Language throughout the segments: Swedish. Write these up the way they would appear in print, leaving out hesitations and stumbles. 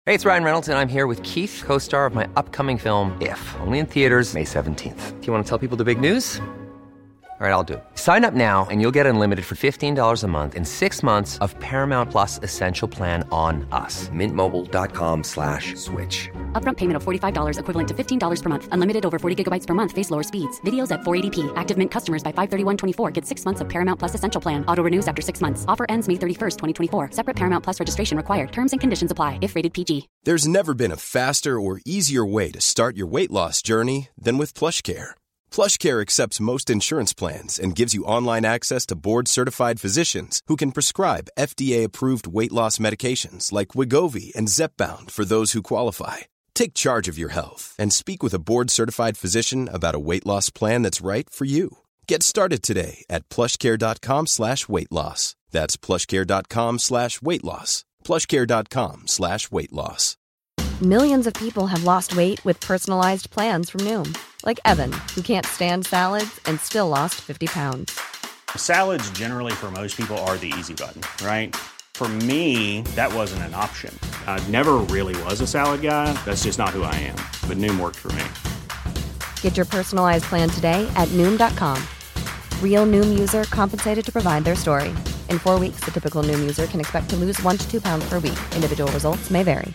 Hey, it's Ryan Reynolds, and I'm here with Keith, co-star of my upcoming film, If, only in theaters May 17th. Do you want to tell people the big news? All right, I'll do it. Sign up now and you'll get unlimited for $15 a month and 6 months of Paramount Plus Essential Plan on us. MintMobile.com/switch. Upfront payment of $45 equivalent to $15 per month. Unlimited over 40 gigabytes per month. Face lower speeds. Videos at 480p. Active Mint customers by 531.24 get 6 months of Paramount Plus Essential Plan. Auto renews after 6 months. Offer ends May 31st, 2024. Separate Paramount Plus registration required. Terms and conditions apply if rated PG. There's never been a faster or easier way to start your weight loss journey than with PlushCare. PlushCare accepts most insurance plans and gives you online access to board-certified physicians who can prescribe FDA-approved weight loss medications like Wegovy and Zepbound for those who qualify. Take charge of your health and speak with a board-certified physician about a weight loss plan that's right for you. Get started today at plushcare.com/weightloss. That's plushcare.com/weightloss. plushcare.com/weightloss. Millions of people have lost weight with personalized plans from Noom. Like Evan, who can't stand salads and still lost 50 pounds. Salads generally for most people are the easy button, right? For me, that wasn't an option. I never really was a salad guy. That's just not who I am. But Noom worked for me. Get your personalized plan today at Noom.com. Real Noom user compensated to provide their story. In 4 weeks, the typical Noom user can expect to lose 1 to 2 pounds per week. Individual results may vary.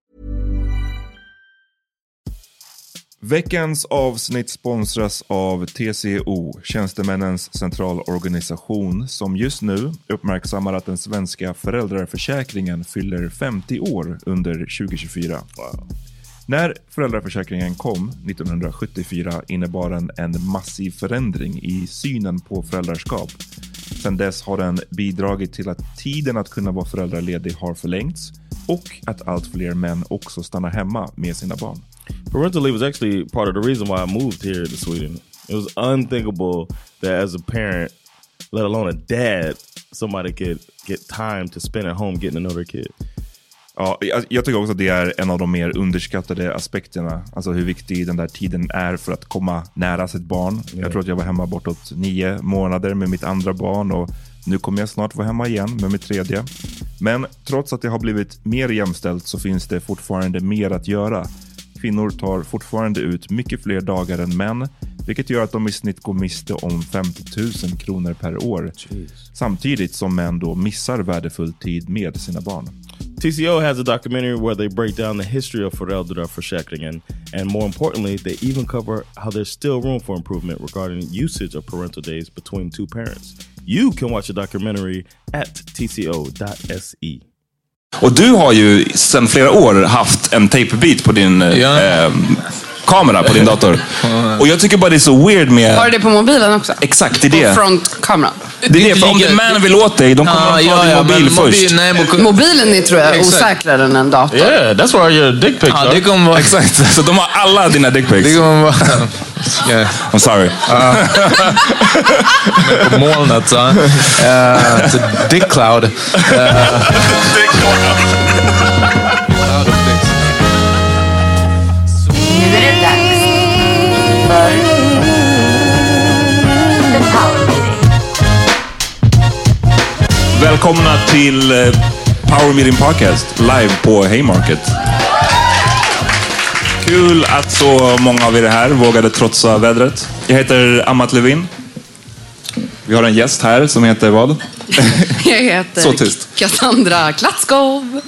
Veckans avsnitt sponsras av TCO, Tjänstemännens centralorganisation, som just nu uppmärksammar att den svenska föräldraförsäkringen fyller 50 år under 2024. Wow. När föräldraförsäkringen kom 1974 innebar den en massiv förändring i synen på föräldraskap. Sedan dess har den bidragit till att tiden att kunna vara föräldraledig har förlängts och att allt fler män också stannar hemma med sina barn. Parental leave was actually part of the reason why I moved here to Sweden. It was unthinkable that as a parent, let alone a dad, somebody could get time to spend at home getting to know their kid. Ja, jag tycker också att det är en av de mer underskattade aspekterna. Alltså hur viktig den där tiden är för att komma nära sitt barn. Yeah. Jag tror att jag var hemma bortåt 9 månader med mitt andra barn och nu kommer jag snart vara hemma igen med mitt tredje. Men trots att det har blivit mer jämställt så finns det fortfarande mer att göra. Kvinnor tar fortfarande ut mycket fler dagar än män, vilket gör att de i snitt går miste om 50 000 kronor per år. Jeez. Samtidigt som män då missar värdefull tid med sina barn. TCO has a documentary where they break down the history of föräldraförsäkringen, and more importantly, they even cover how there's still room for improvement regarding usage of parental days between two parents. You can watch the documentary at tco.se. Och du har ju sedan flera år haft en taperbit på din kamera på din dator. Och jag tycker bara det är så weird med... Har du det på mobilen också? Exakt, det är det. På frontkameran. Det är det, för om det man vill åt dig, de kommer att ta din mobil först. Mobilen är, tror jag, osäkrare än en dator. Yeah, that's why your dick pics. Det kommer vara... Exakt, så de har alla dina dick pics. Det kommer vara... Yeah. I'm sorry. På molnet, så. Dick cloud. Dick cloud. Nu är det dags för The Power Meeting. Välkomna till Power Meeting Podcast live på Haymarket. Kul att så många av er här vågade trotsa vädret. Jag heter Amat Levin. Vi har en gäst här som heter vad? Jag heter så tyst. Cassandra Klatskov.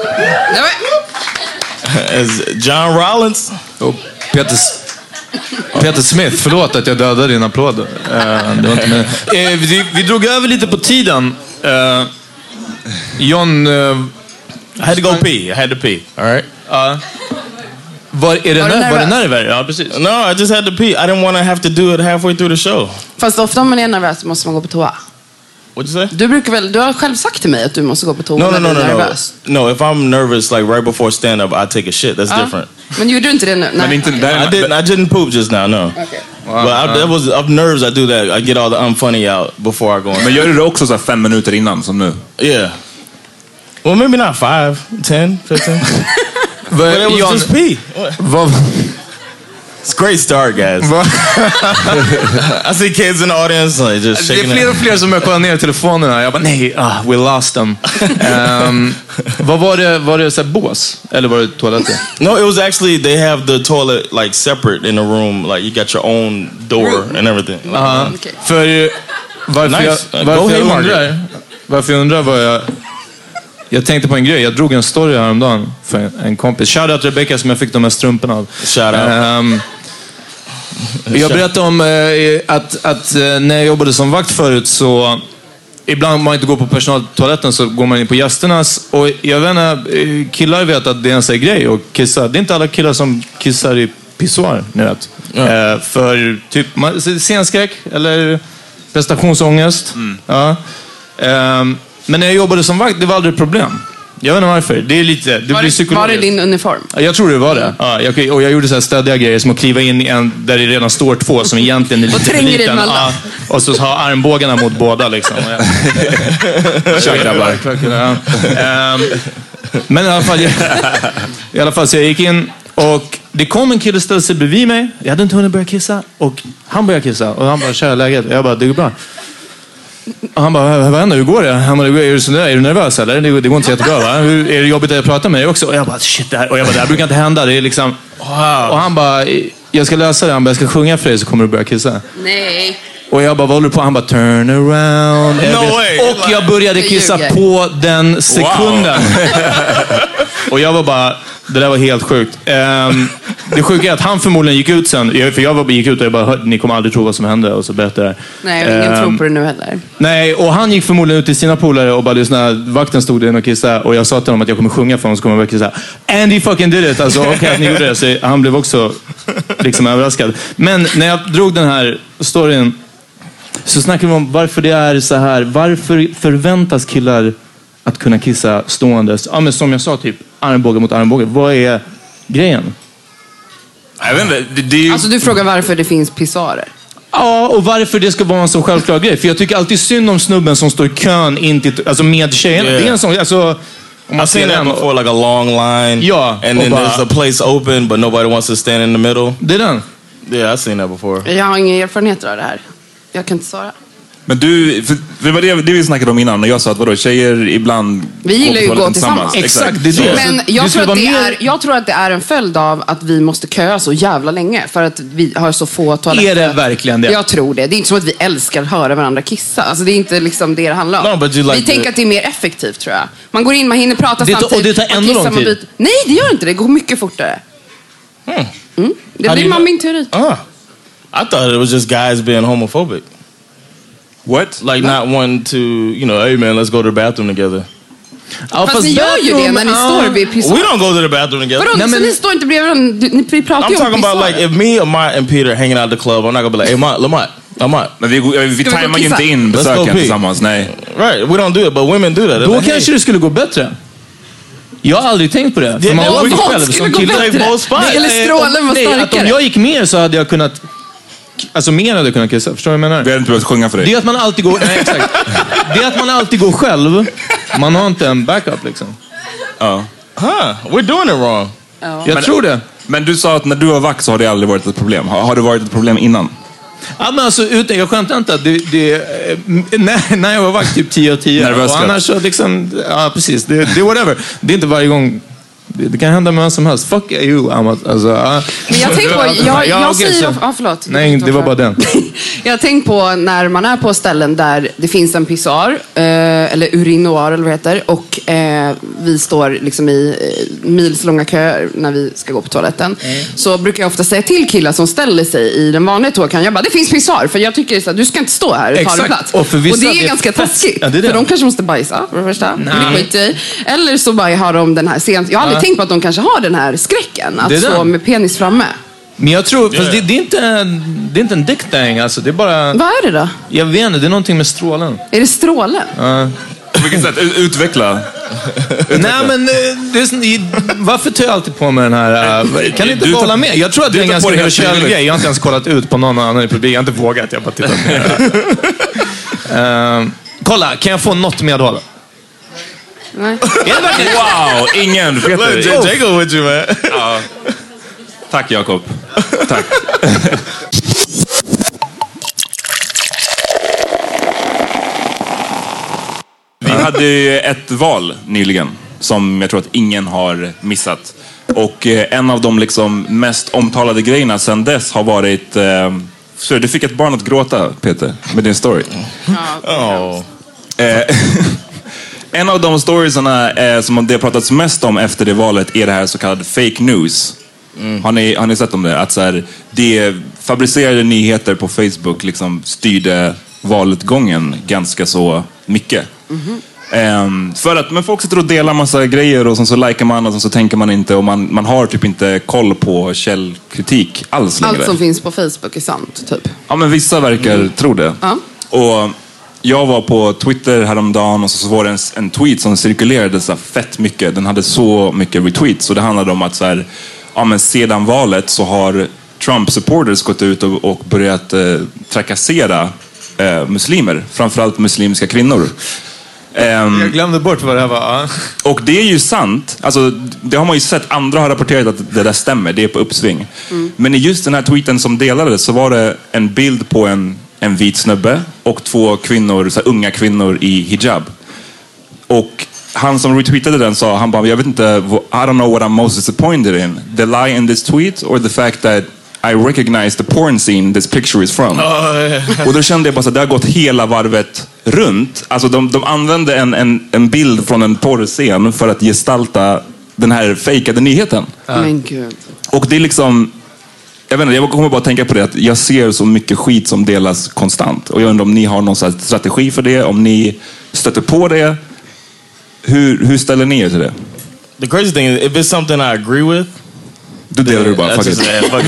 John Rollins. Och Peter Smith, förlåt att jag dödade din applåd. Det var inte med. Vi drog över lite på tiden. John... I had to go pee. I had to pee. All right. Var det nerver? Ja, precis. No, I just had to pee. I didn't want to have to do it halfway through the show. Fast ofta om man är nervös måste man gå på toa. What'd you say? Du har själv sagt till mig att du måste gå på toa när du är nervös. No, if I'm nervous like right before stand up, I take a shit. That's different. Men gjorde du inte det nu? Men inte där. I didn't poop just now, no. Okay. Wow. But that was of nerves. I do that. I get all the unfunny out before I go on. Men gör du det också så 5 minuter innan som nu? Yeah. Well, maybe not 5, 10, 15. But it was just pee. It's a great start, guys. I see kids in the audience like just shaking. Det är fler och fler som jag kollar ner i telefonerna. Jag bara, nej, we lost them. Vad var det så här bås? Eller var det toaletter? No, it was actually, they have the toilet like separate in the room. Like you got your own door and everything. Okay. För varför jag undrar var jag tänkte på en grej. Jag drog en story häromdagen för en kompis. Shoutout Rebecca som jag fick de här strumporna av. Shoutout. Jag berättade om att när jag jobbade som vakt förut så ibland om man inte går på personaltoaletten så går man in på gästernas. Och jag vet inte, killar vet att det är en sån grej och kissa. Det är inte alla killar som kissar i pissoar, ni vet. För typ scenskräck eller prestationsångest. Ja. Men när jag jobbade som vakt, det var aldrig ett problem. Jag vet inte varför. Det är lite, det blir psykologiskt. Var det din uniform? Jag tror det var det. Ja, jag gjorde så här stödiga grejer som att kliva in i en där det redan står två som egentligen är lite för liten. Ja, och så ha armbågarna mot båda liksom. Kör grabbar. Men i alla fall så jag gick in och det kom en kille ställde sig bredvid mig. Jag hade inte hunnit börja kissa och han började kissa och han bara, tjena läget. Jag bara, det går bra. Och han bara, vad händer? Hur går det? Han bara, är du nervös eller? Det går inte så jättebra va? Är det jobbigt att prata med dig också? Och jag bara, shit, det här brukar inte hända. Det är liksom... Wow. Och han bara, jag ska lösa det. Han bara, jag ska sjunga för dig så kommer du börja kissa. Nej. Och jag bara, vad håller du på? Han bara, turn around. No way. Och jag började kissa på den sekunden. Wow. Och jag var bara, det där var helt sjukt. Det sjuka är att han förmodligen gick ut sen. För jag gick ut och jag bara, ni kommer aldrig tro vad som hände. Och så berättade jag. Nej, och ingen tror på det nu heller. Nej, och han gick förmodligen ut till sina polare och bara lyssnade. Vakten stod där och kissade. Och jag sa till honom att jag kommer sjunga för honom så kommer jag kissa. And he fucking did it. Alltså, okej att ni gjorde det. Så han blev också liksom överraskad. Men när jag drog den här storyn så snackade vi om varför det är så här. Varför förväntas killar att kunna kissa ståendes? Ja, men som jag sa, typ armbåge mot armbåge. Vad är grejen? Jag vet inte, det är ju... Alltså du frågar varför det finns pissoarer. Ja, och varför det ska vara en så självklar grej. För jag tycker alltid synd om snubben som står i kön in till, alltså med tjejen. Yeah. Det är en sån, alltså... I've seen that before, like a long line. Ja. And then there's a place open but nobody wants to stand in the middle. Det är den. Yeah, I've seen that before. Jag har inga erfarenheter av det här. Jag kan inte svara. Men du, för det vi snackade om innan och jag sa att vadå, tjejer ibland... Vi gillar ju att gå tillsammans. Exakt, det är det. Men jag tror att det är en följd av att vi måste köa så jävla länge för att vi har så få toaletter. Är det verkligen det? Jag tror det. Det är inte som att vi älskar att höra varandra kissa. Alltså det är inte liksom det handlar om. No, but you like vi tänker att det är mer effektivt, tror jag. Man går in, man hinner prata samtidigt. Och det tar ändå lång tid. Nej, det gör inte det. Det går mycket fortare. Det blir min teori. I thought it was just guys being homophobic. What? Like not wanting to, you know, hey man, let's go to the bathroom together. Fast ni gör ju det när ni står vid pissoar. We don't go to the bathroom together. Vadå, så ni står inte bredvid varandra? Ni pratar ju om pissoar. I'm talking about like if me, Amat and Peter hanging out at the club, I'm not gonna be like, hey Amat. Men vi tajmar ju inte in besöken tillsammans, nej. Right, we don't do it, but women do that. Då kanske det skulle gå bättre. Jag har aldrig tänkt på det. För man var ju själv som kille. Eller strålen var starkare. Att om jag gick mer så hade jag kunnat... Alltså mer hade jag kunnat kissa. Förstår du vad jag menar? Vi hade inte behövt sjunga för dig. Det är att man alltid går... Nej, exakt. Det är att man alltid går själv. Man har inte en backup liksom. Ja. We're doing it wrong. Jag tror det. Men du sa att när du var vakt så har det aldrig varit ett problem. Har det varit ett problem innan? Ja, men alltså, jag skämtar inte att när jag var vakt typ 10 av 10. Nervös och annars så liksom... Ja, precis. Det är whatever. Det är inte varje gång... Det kan hända med vem som helst. Fuck you, Amat. Alltså, men jag tänker på... Jag säger... förlåt. Nej, det var bara den. Jag tänker på när man är på ställen där det finns en pissoar. Eller urinoar eller vad det heter. Och vi står liksom i milslånga köer när vi ska gå på toaletten. Så brukar jag ofta säga till killar som ställer sig i den vanliga toakan. Jag bara, det finns pissoar. För jag tycker så här, du ska inte stå här och ta din plats. Och det är ganska taskigt. Ja, för de kanske måste bajsa, för det första. Det skiter i. Eller så bara har de den här sen. Jag har aldrig tänkt på att de kanske har den här skräcken. Att stå med penis framme. Men jag tror, fast det är inte en dick thing, alltså. Det är bara... Vad är det då? Jag vet inte, det är någonting med strålen. Är det strålen? På vilket sätt? Utveckla. Nej, men varför tar jag alltid på mig den här... Kan ni inte hålla med? Jag tror att det är en ganska universell grej. Jag har inte ens kollat ut på någon annan i publik. Jag har inte vågat, jag har bara tittat ner. Kolla, kan jag få något medhåll? Nej. Wow, ingen. Jacob with you, man. Tack Jakob. Tack. Vi hade ju ett val nyligen som jag tror att ingen har missat. Och en av de liksom mest omtalade grejerna sedan dess har varit... Så du fick ett barn att gråta, Peter, med din story. En av de storiesarna som det har pratats mest om efter det valet är det här så kallade fake news. Har ni sett om det? Att så här, det fabricerade nyheter på Facebook liksom styrde valutgången ganska så mycket. För att men folk sitter och delar massa grejer och så likar man och så tänker man inte och man har typ inte koll på källkritik alls längre. Allt som finns på Facebook är sant, typ. Ja, men vissa verkar tro det. Och jag var på Twitter häromdagen och så var det en tweet som cirkulerade så fett mycket. Den hade så mycket retweets och det handlade om att så här, ja, men sedan valet så har Trump-supporters gått ut och börjat trakassera muslimer, framförallt muslimska kvinnor. Jag glömde bort vad det här var. Och det är ju sant. Alltså, det har man ju sett. Andra har rapporterat att det där stämmer. Det är på uppsving. Men i just den här tweeten som delades så var det en bild på en vit snubbe och 2 kvinnor, så här, unga kvinnor i hijab. Och han som retweetade den sa, han bara, jag vet inte, I don't know what I'm most disappointed in. The lie in this tweet or the fact that I recognize the porn scene this picture is from. Och då kände jag bara så att det har gått hela varvet runt. Alltså de använde en bild från en porrscen för att gestalta den här fejkade nyheten. Men gud. Och det är liksom, jag vet inte, jag kommer bara tänka på det att jag ser så mycket skit som delas konstant. Och jag undrar om ni har någon sån strategi för det, om ni stöter på det. Hur ställer ni er till det? The crazy thing is, if it's something I agree with, du delar det bara, fuck it.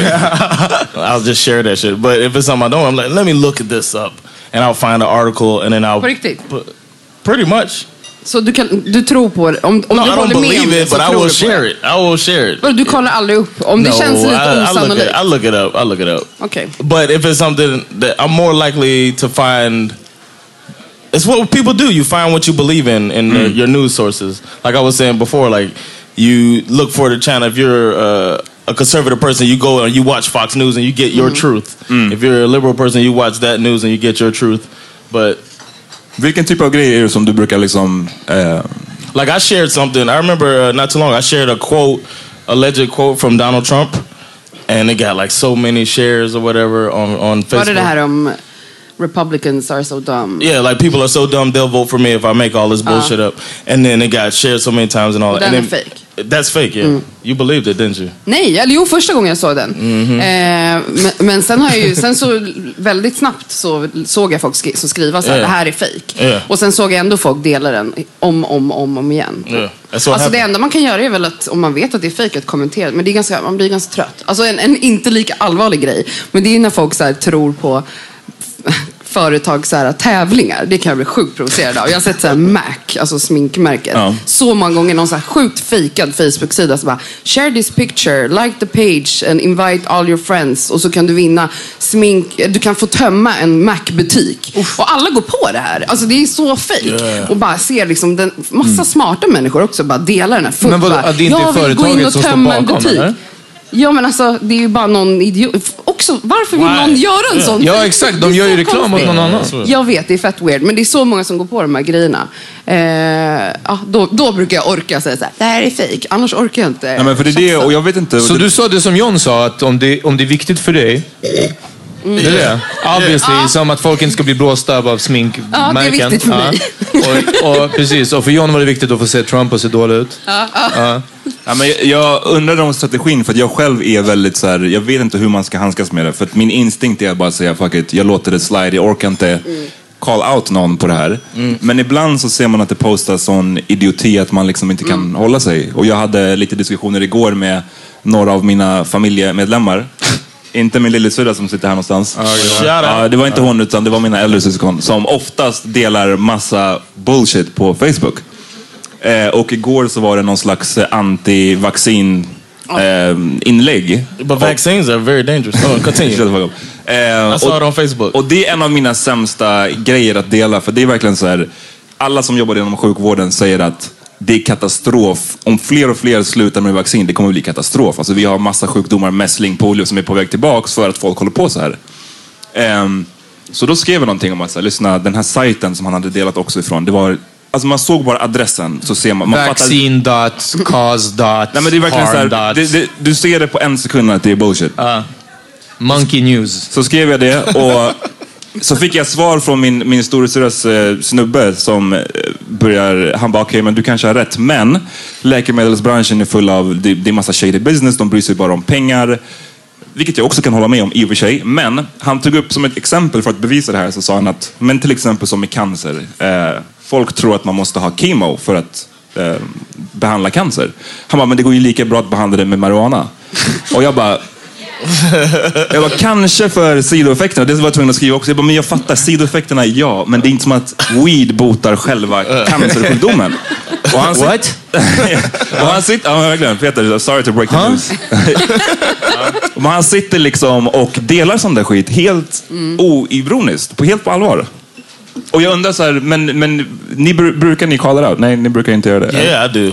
I'll just share that shit. But if it's something I don't, I'm like, let me look at this up. And I'll find an article and then I'll... På riktigt? Pretty much. Så du tror på det? Om No, du I don't håller med believe it, but I will share it. I will share it. Men du kollar aldrig upp? Om det känns lite osannolikt? I look it up. I look it up. Okay. But if it's something that I'm more likely to find... It's what people do. You find what you believe in your news sources. Like I was saying before, like you look for the channel. If you're a conservative person, you go and you watch Fox News and you get your truth. If you're a liberal person, you watch that news and you get your truth. But vilken typ av grejer är det som du brukar liksom... Like I shared something. I remember not too long, I shared a quote, alleged quote from Donald Trump. And it got like so many shares or whatever on Facebook. Var det här om... Republicans are so dumb. Yeah, like people are so dumb they'll vote for me if I make all this bullshit up. And then it got shared so many times and all that. Den är fake. That's fake, yeah. You believed it, didn't you? Nej, eller jo, första gången jag såg den. Men sen har jag ju, sen så väldigt snabbt så såg jag folk som skriva så här, det här är fake. Yeah. Och sen såg jag ändå folk dela den om igen. Yeah. Alltså det enda man kan göra är väl att, om man vet att det är fake, att kommentera. Men det är ganska, man blir ganska trött. Alltså en inte lika allvarlig grej. Men det är när folk så här tror på företag så här, tävlingar. Det kan jag bli sjukt provocerad av. Jag har sett så här Mac, alltså sminkmärket. Så många gånger någon så här sjukt fejkad Facebook-sida så bara, share this picture, like the page and invite all your friends. Och så kan du vinna smink, du kan få tömma en Mac-butik. Och alla går på det här. Alltså det är så fake. Och bara ser liksom massa smarta människor också bara delar den här. Men vad, det är inte företaget som står bakom, eller? Ja, men alltså, det är ju bara någon idiot. Också, varför vill någon göra en sån? Ja, exakt. De gör ju reklam åt någon annan. Jag vet, det är fett weird. Men det är så många som går på de här grejerna. Då brukar jag orka säga så här, det här är fake. Annars orkar jag inte. Ja, men för det är det, och jag vet inte. Så du sa det som John sa, att om det är viktigt för dig... Det är det. Obviously, som att folk inte ska bli blåsta av sminkmärken. Ja, det är viktigt för mig. Och precis, och för John var det viktigt att få se Trump och se dålig ut. Ja, men jag undrar om strategin, för att jag själv är väldigt så här, jag vet inte hur man ska handskas med det. För att min instinkt är att bara säga, fuck it, jag låter det slide, jag orkar inte call out någon på det här. Men ibland så ser man att det postas sån idioti att man liksom inte kan hålla sig. Och jag hade lite diskussioner igår med några av mina familjemedlemmar. Inte min lillasyrra som sitter här någonstans. Det var inte hon, utan det var mina äldre syskon som oftast delar massa bullshit på Facebook. Och igår så var det någon slags anti-vaccin inlägg. But vaccines are very dangerous. Continue. I saw it on Facebook. Och det är en av mina sämsta grejer att dela. För det är verkligen så här, alla som jobbar inom sjukvården säger att det är katastrof. Om fler och fler slutar med vaccin, det kommer bli katastrof. Alltså vi har massa sjukdomar, mässling, polio som är på väg tillbaks för att folk håller på så här. Så då skrev jag någonting om att lyssna, den här sajten som han hade delat också ifrån, det var, alltså man såg bara adressen så ser man Vaccine.cause. Nej men det är verkligen så här, du ser det på en sekund att det är bullshit. Monkey news. Så skrev jag det och så fick jag svar från min storasyrras snubbe som han bara okej, men du kanske har rätt, men läkemedelsbranschen är full av, det är massa shady business, de bryr sig bara om pengar. Vilket jag också kan hålla med om i och för sig. Men han tog upp som ett exempel för att bevisa det här, så sa han att, men till exempel som med cancer. Folk tror att man måste ha kemo för att behandla cancer. Han bara, men det går ju lika bra att behandla det med marijuana. Och jag bara, kanske för sidoeffekterna. Det var jag tvungen att skriva också. Jag bara, men jag fattar sidoeffekterna, ja. Men det är inte som att weed botar själva cancersjukdomen. Och han sitter, ja verkligen, Peter, sorry to break the news. Men han sitter liksom och delar sån där skit helt oironiskt, helt på allvar. Och jag undrar så här, men brukar ni call it out? Nej, ni brukar inte göra det. Yeah, I do.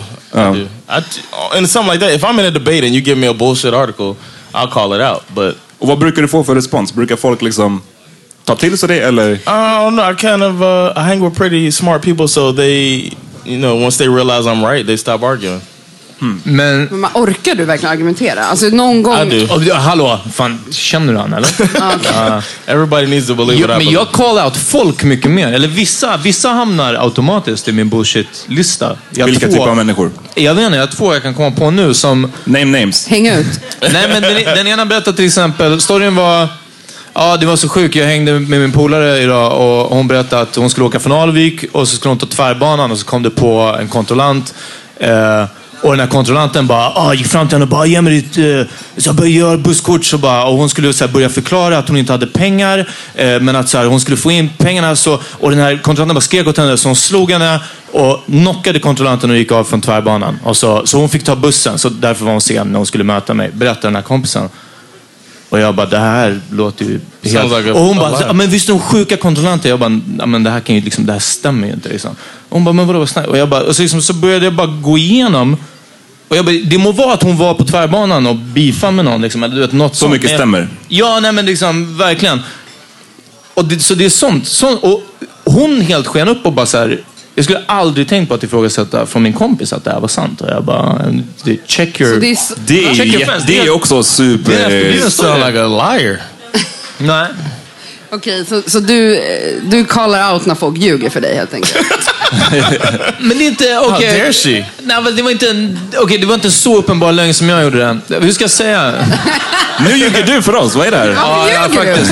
And something like that. If I'm in a debate and you give me a bullshit article, I'll call it out. But och vad brukar du få för respons? Brukar folk liksom ta till sig det eller? I don't know. I kind of I hang with pretty smart people, so they, you know, once they realize I'm right, they stop arguing. Men orkar du verkligen argumentera? Alltså någon gång... Hallå, fan, känner du han eller? Everybody needs to believe what I believe. Men jag call out folk mycket mer. Eller vissa hamnar automatiskt i min bullshit-lista. Vilka typer av människor? Jag vet inte, jag har 2 jag kan komma på nu som... Name names. Häng ut. Nej, men den ena berättar till exempel, storyn var... Ja, det var så sjuk. Jag hängde med min polare idag och hon berättade att hon skulle åka från Alvik och så skulle hon ta tvärbanan och så kom det på en kontrollant. Och den här kontrollanten bara gick fram till henne och bara, ge mig ditt så jag gör busskort, så bara, och hon skulle så här, börja förklara att hon inte hade pengar, men att så här, hon skulle få in pengarna, så, och den här kontrollanten bara skrek åt henne så hon slog henne och knockade kontrollanten och gick av från tvärbanan, och så hon fick ta bussen, så därför var hon sen när hon skulle möta mig, berättade den här kompisen. Och jag bara, det här låter ju helt... Like och hon bara, men visst är de sjuka kontrollanter? Jag bara, men det här kan ju liksom, det här stämmer ju inte liksom. Och hon bara, men vadå, snälla? Och jag bara, och så, liksom, så började jag bara gå igenom. Och jag bara, det må vara att hon var på tvärbanan och beefade med någon liksom, eller du vet, något så mycket stämmer. Ja, nej men liksom, verkligen. Och så det är sånt. Och hon helt sken upp och bara så här, jag skulle aldrig tänkt på att ifrågasätta från min kompis att det här var sant. Och jag bara, check your... Det är också super... Det sound like a liar. Nej. Okej, så du callar out när folk ljuger för dig helt enkelt. Men det är inte... How dare she? Nej, men det var inte det var inte så uppenbar lögn som jag gjorde den. Hur ska jag säga? Nu ljuger du för oss, vad är det här? Ja, faktiskt.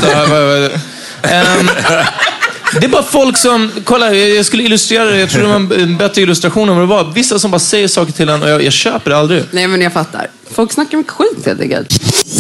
Det är bara folk som, kolla, jag skulle illustrera det, jag tror det var en bättre illustration om det var. Vissa som bara säger saker till en och jag köper det aldrig. Nej, men jag fattar. Folk snackar mycket skit helt enkelt.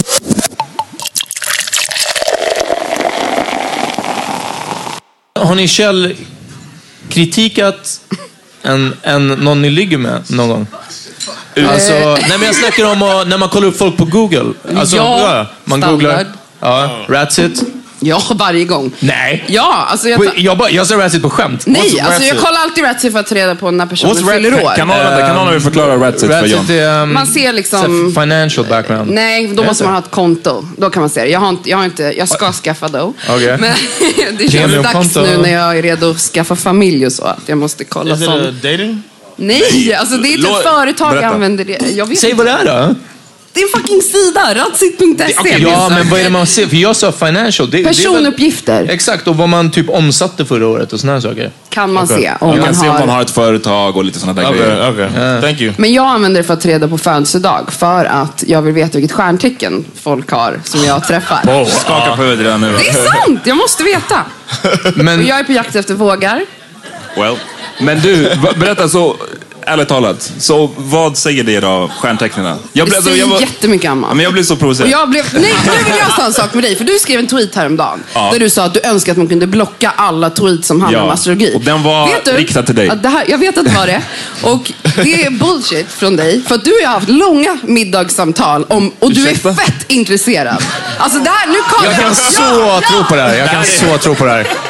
Har ni källkritikat någon ni ligger med någon gång? Alltså, nej, men jag snackar om när man kollar upp folk på Google. Alltså, man googlar. Ratsit. Ja, varje gång. Nej. Ja, alltså jag ser Ratsit på skämt. Nej, alltså jag kollar alltid Ratsit för att ta reda på när personen fyller år. Kan någon förklara Ratsit för John? Man ser liksom... Financial background. Nej, då måste man ha ett konto. Då kan man se det. Jag ska skaffa då. Okay. Men det känns dags nu när jag är redo att skaffa familj och så. Att jag måste kolla sånt. Is it dating? Nej, alltså det är inte ett företag jag använder det. Säg vad det är då. Det är en fucking sida, ratsit.se. Okay, ja, men vad är det man ser? För jag sa financial. Personuppgifter. Det exakt, och vad man typ omsatte förra året och såna här saker. Kan man se. Man kan se om man har ett företag och lite sådana där grejer. Okay. Thank you. Men jag använder det för att ta reda på födelsedag. För att jag vill veta vilket stjärntecken folk har som jag träffar. Skaka på huvudet redan nu. Det är sant, jag måste veta. Men... Och jag är på jakt efter vågar. Well. Men du, berätta så... Ärligt talat, så vad säger det då, stjärntecknarna? Det säger jättemycket annat. Men jag blev så provocerad. Nej, nu vill jag ta en sak med dig. För du skrev en tweet häromdagen. Där du sa att du önskar att man kunde blocka alla tweets som handlar om astrologi. Och den var riktad till dig. Jag vet att det var det. Och det är bullshit från dig. För att du har haft långa middagssamtal och du är fett intresserad. Alltså det här, nu jag kan så tro på det här.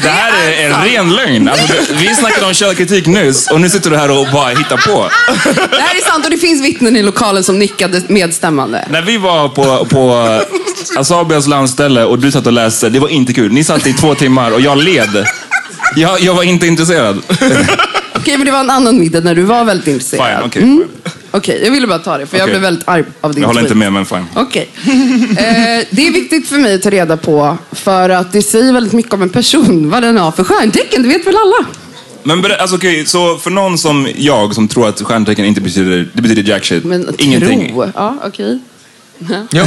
Det här är en ren lögn. Alltså, vi snackade om källkritik nyss och nu sitter du här och bara hittar på. Det här är sant och det finns vittnen i lokalen som nickade medstämmande. När vi var på Asabias landställe och du satt och läste, det var inte kul. Ni satt i 2 timmar och jag led. Jag var inte intresserad. Okej, men det var en annan middag när du var väldigt intresserad. Fine, Okej, jag ville bara ta det för jag blev väldigt arg av din Jag håller tweet. inte med, men fine. Okej. Det är viktigt för mig att ta reda på för att det säger väldigt mycket om en person vad den har för stjärntecken, det vet väl alla? Men alltså, okej, så för någon som jag som tror att stjärntecken inte betyder jack shit. Men ingenting. tro, ja okej. Ja.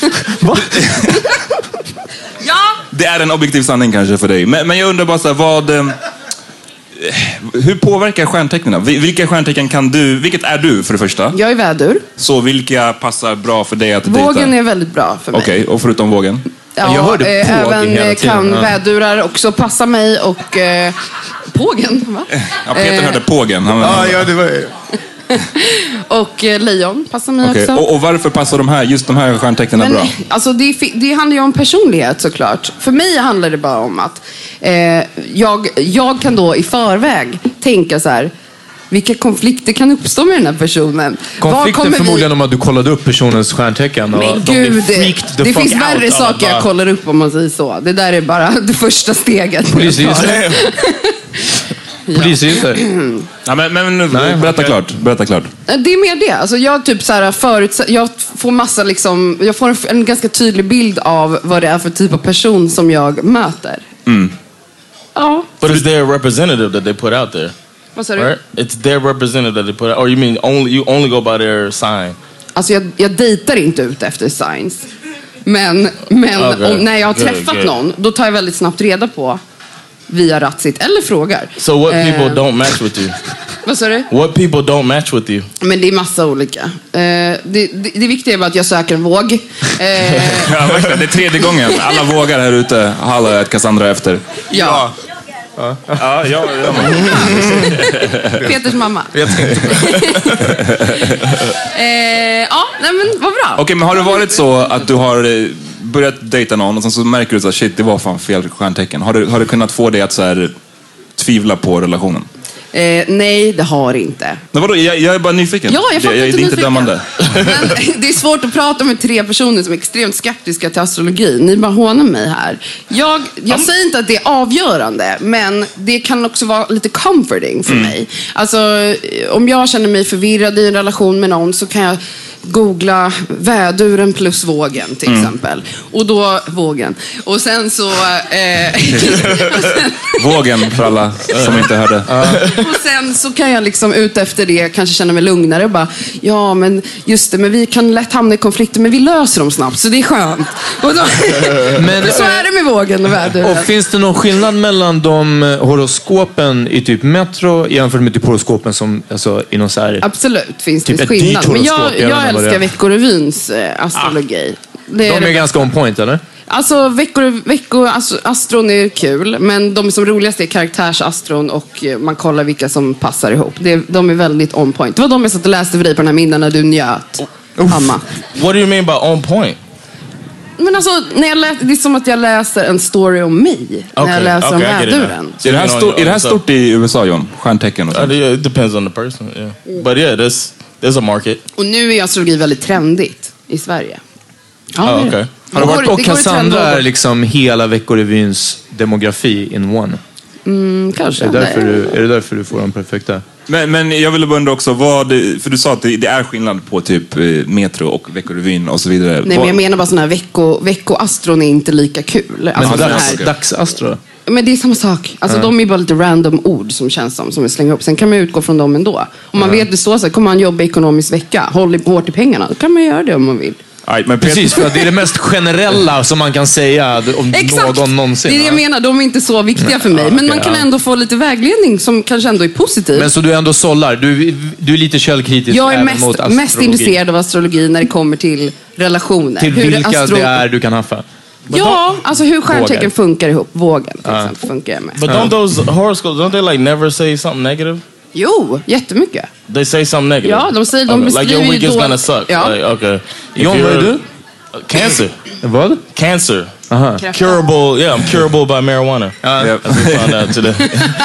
Ja! Det är en objektiv sanning kanske för dig. Men jag undrar bara så här, hur påverkar stjärntecknen? Vilka stjärntecken kan du... Vilket är du för det första? Jag är vädur. Så vilka passar bra för dig att dejta? Vågen är väldigt bra för mig. Okej, och förutom vågen? Ja, jag hörde påg även hela tiden. kan vädurar också passa mig och pågen, va? Ja, Peter hörde pågen. Ja, det var... Och lejon passar mig Okej, också. och varför passar just de här stjärntecknen bra? Alltså det handlar ju om personlighet såklart. För mig handlar det bara om att jag kan då i förväg tänka så här: vilka konflikter kan uppstå med den här personen? Konflikten förmodligen om att du kollade upp personens stjärntecken. Och men gud, det finns värre saker jag kollar upp om man säger så. Det där är bara det första steget. Polisregister. Polisregister. Ja, men berätta klart. Det är mer det. Alltså jag typ så här jag får massa liksom, jag får en ganska tydlig bild av vad det är för typ av person som jag möter. Ja. But it's their representative that they put out there. Vad sa du? Right? It's their representative that they put out. Or you mean you only go by their sign? Alltså jag dejtar inte ut efter signs. Men när jag har träffat någon, då tar jag väldigt snabbt reda på via Ratsit eller frågar. So what people don't match with you? Vad sa du? What people don't match with you? Men det är massa olika. Det viktiga är bara att jag söker en våg. Ja, verkligen. Det är 3:e gången. Alla vågar här ute. Hallå, ett Cassandra efter. Ja. Ja. Peters mamma. Ja, nej men vad bra. Okej, men har det varit så att du har börjat dejta någon och sen så märker du att shit, det var fan fel stjärntecken. Har du kunnat få dig att så här, tvivla på relationen? Nej, det har inte. Men vadå? Jag är bara nyfiken. Ja, jag är inte dömande. Men det är svårt att prata med 3 personer som är extremt skeptiska till astrologi. Ni bara hånar mig här. Jag säger inte att det är avgörande, men det kan också vara lite comforting för mig. Alltså, om jag känner mig förvirrad i en relation med någon så kan jag googla väduren plus vågen till exempel. Och då vågen. Och sen så... Vågen för alla som inte hörde. Och sen så kan jag liksom ut efter det kanske känna mig lugnare och bara, ja men just det, men vi kan lätt hamna i konflikter, men vi löser dem snabbt, så det är skönt. Och då, men, så är det med vågen och väduren. Och finns det någon skillnad mellan de horoskopen i typ Metro jämfört med typ horoskopen som alltså, i någon så här... Absolut finns typ det skillnad. Men jag älskar Veckorevyns astrologi. De är ganska on point, eller? Alltså astron är kul, men de som roligast är karaktärsastron och man kollar vilka som passar ihop. De är väldigt on point. Det var de jag satt och läste för dig på den här middagen när du njöt, Amma. What do you mean by on point? Men alltså, det är som att jag läser en story om mig när jag läser om väduren. Är det här stort i USA, John? Stjärntecken och sånt? It depends on the person, yeah. But yeah, there's a market. Och nu är astrologi väldigt trendigt i Sverige. Ja, okay. Har du varit och Cassandra är liksom hela Veckorevyns demografi in one? Kanske. Är det därför du får de perfekta? Men jag ville undra också, för du sa att det är skillnad på typ Metro och Veckorevyn och så vidare. Nej, men jag menar bara sådana här veckoastron är inte lika kul. Alltså, men dagsastro? Men det är samma sak. Alltså de är bara lite random ord som känns som vi slänger upp. Sen kan man utgå från dem ändå. Om man vet det så här, kommer man jobba ekonomisk vecka, håll hårt i pengarna, då kan man göra det om man vill. Men precis, för att det är det mest generella som man kan säga om någon någonsin. Det är det jag menar, de är inte så viktiga för mig. Men man kan ändå få lite vägledning som kanske ändå är positiv. Men så du ändå sållar, du är lite källkritisk. Jag är mest intresserad av astrologi när det kommer till relationer. Till vilka det är du kan haffa. Ja, alltså hur stjärntecken funkar ihop. Vågen till exempel funkar jag med. But don't those horoscopes, don't they like never say something negative? Jo, jättemycket. They say something negative? Ja, de beskriver like your week is gonna suck. Ja. Like, okay. John, vad är du? Cancer. Vad? Cancer. Curable, yeah, I'm curable by marijuana. Yep. As we found out today.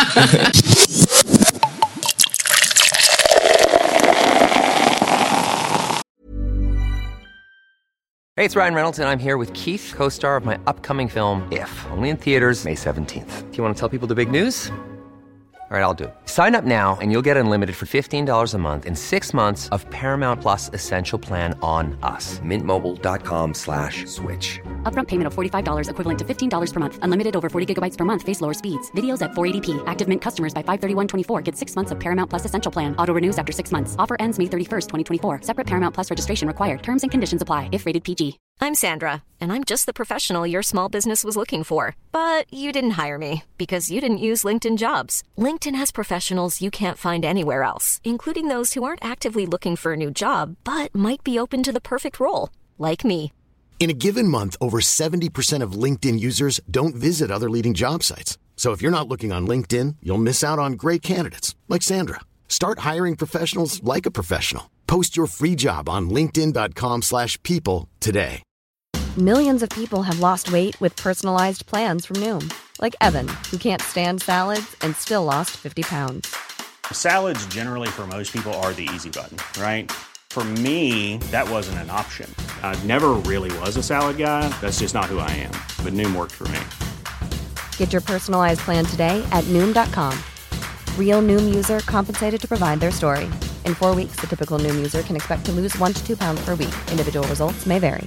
Hey, it's Ryan Reynolds, and I'm here with Keith, co-star of my upcoming film, If, only in theaters May 17th. Do you want to tell people the big news? All right, I'll do it. Sign up now and you'll get unlimited for $15 a month and 6 months of Paramount Plus Essential Plan on us. MintMobile.com/switch. Upfront payment of $45 equivalent to $15 per month. Unlimited over 40 gigabytes per month. Face lower speeds. Videos at 480p. Active Mint customers by 531.24 get 6 months of Paramount Plus Essential Plan. Auto renews after 6 months. Offer ends May 31st, 2024. Separate Paramount Plus registration required. Terms and conditions apply if rated PG. I'm Sandra, and I'm just the professional your small business was looking for. But you didn't hire me because you didn't use LinkedIn Jobs. LinkedIn has professionals you can't find anywhere else, including those who aren't actively looking for a new job, but might be open to the perfect role, like me. In a given month, over 70% of LinkedIn users don't visit other leading job sites. So if you're not looking on LinkedIn, you'll miss out on great candidates like Sandra. Start hiring professionals like a professional. Post your free job on linkedin.com/people today. Millions of people have lost weight with personalized plans from Noom. Like Evan, who can't stand salads and still lost 50 pounds. Salads generally for most people are the easy button, right? For me, that wasn't an option. I never really was a salad guy. That's just not who I am. But Noom worked for me. Get your personalized plan today at Noom.com. Real Noom user compensated to provide their story. In 4 weeks, the typical Noom user can expect to lose 1 to 2 pounds per week. Individual results may vary.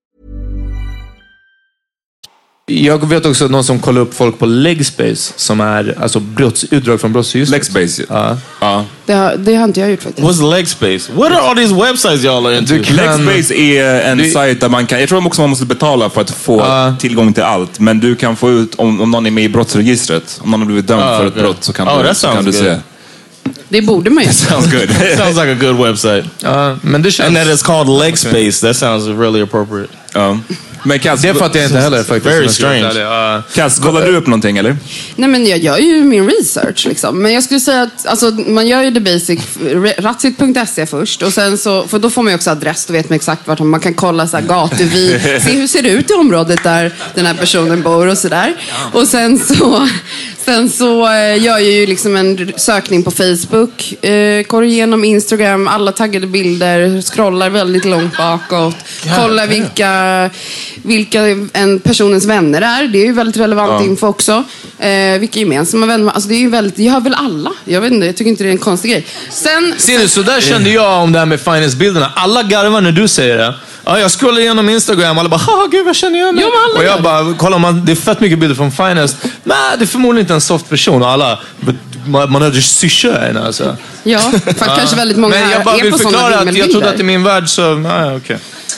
Jag vet också någon som kollar upp folk på Legspace som är alltså utdrag från brottsregistret. Legspace? Ja. Det har inte jag gjort faktiskt. What's Legspace? What are all these websites y'all are into? Legspace är en sajt där man kan, jag tror också man måste betala för att få tillgång till allt, men du kan få ut om någon är med i brottsregistret, om någon har blivit dömd för ett brott så kan du se. Det borde man ju. Sounds good. Sounds like a good website. Men det känns... And that it's called Legspace. That sounds really appropriate. Men Cass, det fattar jag inte heller faktiskt. Very strange. Cass, kollar du upp någonting eller? Nej, men jag gör ju min research liksom. Men jag skulle säga att alltså, man gör ju the basic ratsit.se först. Och sen så, för då får man ju också adress. Då vet man exakt vart man kan kolla så här gatuvid. Se hur ser det ut i området där den här personen bor och sådär. Och sen så gör jag ju liksom en sökning på Facebook. Går igenom Instagram, alla taggade bilder. Scrollar väldigt långt bakåt. Kollar vilka en personens vänner är. Det är ju väldigt relevant info också. Vilka gemensamma vänner. Alltså det är ju väldigt, jag har väl alla. Jag vet inte, jag tycker inte det är en konstig grej. Ser du, så där kände jag om det här med finance-bilderna. Alla garvar när du säger det. Ja, jag scrollar igenom Instagram och alla bara, gud vad känner jag nu? Och jag bara, kolla det är fett mycket bilder från finance. Nej, det är förmodligen inte en soft person. Och alla, man hade syrkön alltså. Ja, för kanske väldigt många men jag bara vill förklara att jag trodde att i min värld så, okej.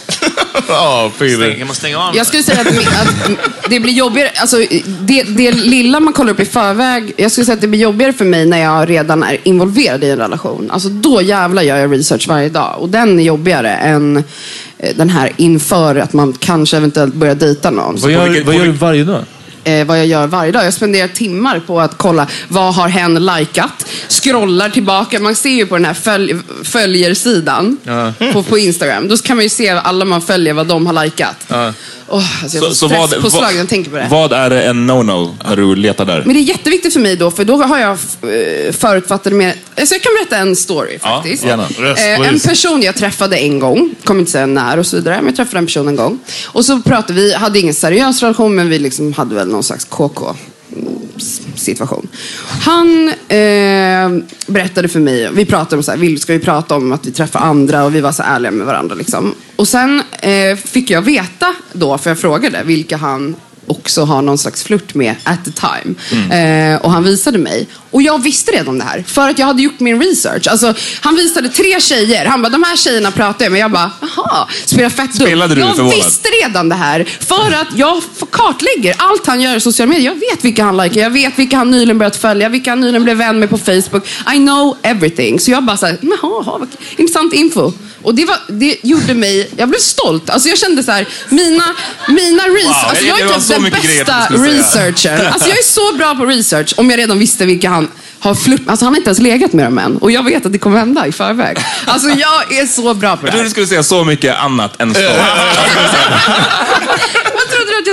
Jag skulle säga att det blir jobbigare. Alltså, det lilla man kollar upp i förväg. Jag skulle säga att det blir jobbigare för mig när jag redan är involverad i en relation. Alltså då jävlar gör jag research varje dag. Och den är jobbigare än den här inför att man kanske eventuellt börjar dejta någon. Vad gör du varje dag? Vad jag gör varje dag. Jag spenderar timmar på att kolla vad har hen likat. Scrollar tillbaka. Man ser ju på den här följersidan på Instagram. Då kan man ju se alla man följer vad de har likat. Alltså jag får stress på slag när jag tänker på det. Vad är en no-no när du letar där? Men det är jätteviktigt för mig då. För då har jag förutfattade med... Alltså jag kan berätta en story faktiskt. En person jag träffade en gång. Kommer inte säga när och så vidare. Men jag träffade en person en gång. Och så pratade vi. Hade ingen seriös relation. Men vi liksom hade väl någon slags KK situation. Han berättade för mig, vi pratade om så här, ska vi prata om att vi träffar andra, och vi var så ärliga med varandra liksom. Och sen fick jag veta då, för jag frågade vilka han också har någon slags flört med at the time. Och han visade mig. Och jag visste redan det här. För att jag hade gjort min research. Alltså, han visade 3 tjejer. Han bara, de här tjejerna pratar jag med. Jag bara, jaha, spelar fett dumt. Jag visste redan det här. För att jag kartlägger allt han gör i sociala medier. Jag vet vilka han likar. Jag vet vilka han nyligen börjat följa. Vilka han nyligen blev vän med på Facebook. I know everything. Så jag bara så här, jaha, intressant info. Och det gjorde mig, jag blev stolt. Alltså jag kände så här, mina research, alltså jag är typ den bästa researchern. Alltså jag är så bra på research om jag redan visste vilka han har flört. Alltså han har inte ens legat med dem än. Och jag vet att det kommer hända i förväg. Alltså jag är så bra på det här. Jag trodde du skulle säga så mycket annat än så. Vad trodde du att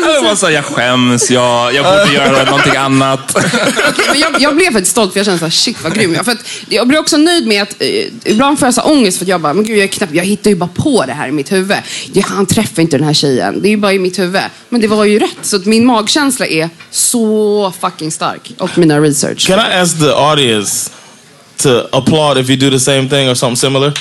Jag var så här, jag skäms, jag borde göra någonting annat. Okay, men jag blev faktiskt stolt för jag kände så här, shit vad grym jag. För att jag blir också nöjd med att ibland får jag så ångest för att jag bara, men gud jag är knappt, jag hittar ju bara på det här i mitt huvud. Han träffar inte den här tjejen, det är ju bara i mitt huvud. Men det var ju rätt, så att min magkänsla är så fucking stark. Och mina research. Can I ask the audience to applaud if you do the same thing or something similar?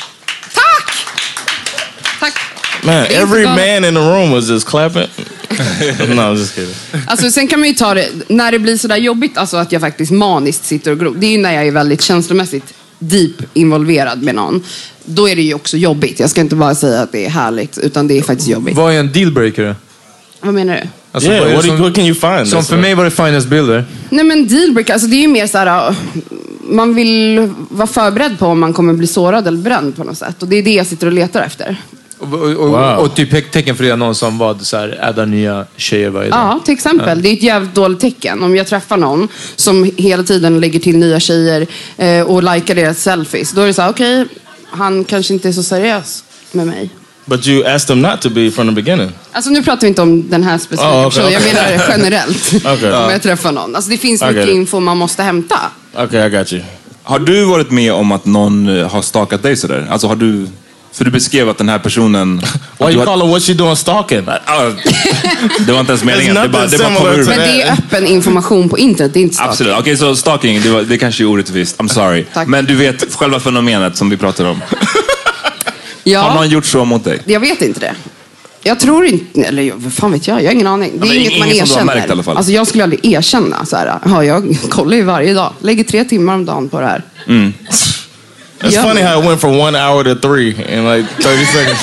Tack! Man, every man in the room was just clapping. No, I'm just kidding. Alltså sen kan man ju ta det, när det blir sådär jobbigt, alltså att jag faktiskt maniskt sitter och gror. Det är ju när jag är väldigt känslomässigt deep involverad med någon. Då är det ju också jobbigt. Jag ska inte bara säga att det är härligt, utan det är faktiskt jobbigt. Vad är en dealbreaker? Vad menar du? Alltså, what can you find? Som för mig var det finest builder. Nej men dealbreaker, alltså det är ju mer såhär, man vill vara förberedd på om man kommer bli sårad eller bränd på något sätt. Och det är det jag sitter och letar efter. Och typ tecken för det är någon som var så här, addar nya tjejer varje dag. Ja, till exempel. Det är ett jävligt dåligt tecken. Om jag träffar någon som hela tiden lägger till nya tjejer och likar deras selfies. Då är det så här, okej, han kanske inte är så seriös med mig. But you asked them not to be from the beginning. Alltså nu pratar vi inte om den här specifika personen. Jag menar generellt. Om jag träffar någon. Alltså det finns mycket info man måste hämta. Okay, I got you. Har du varit med om att någon har stakat dig sådär? Alltså har du... För du beskrev att den här personen... Why you call her what she doing stalking? Det var inte ens meningen. Det bara kommer ur. Men det är öppen information på internet, det är inte stalking. Absolut. Okej, så stalking, det kanske är orättvist. I'm sorry. Tack. Men du vet själva fenomenet som vi pratar om. Ja. Har någon gjort så mot dig? Jag vet inte det. Jag tror inte, eller vad fan vet jag har ingen aning. Det är inget man erkänner. Som du har märkt, i alla fall. Alltså jag skulle aldrig erkänna så här. Ja, jag kollar ju varje dag. Lägger 3 timmar om dagen på det här. Mm. It's funny how it went from 1 hour to 3 in like 30 seconds.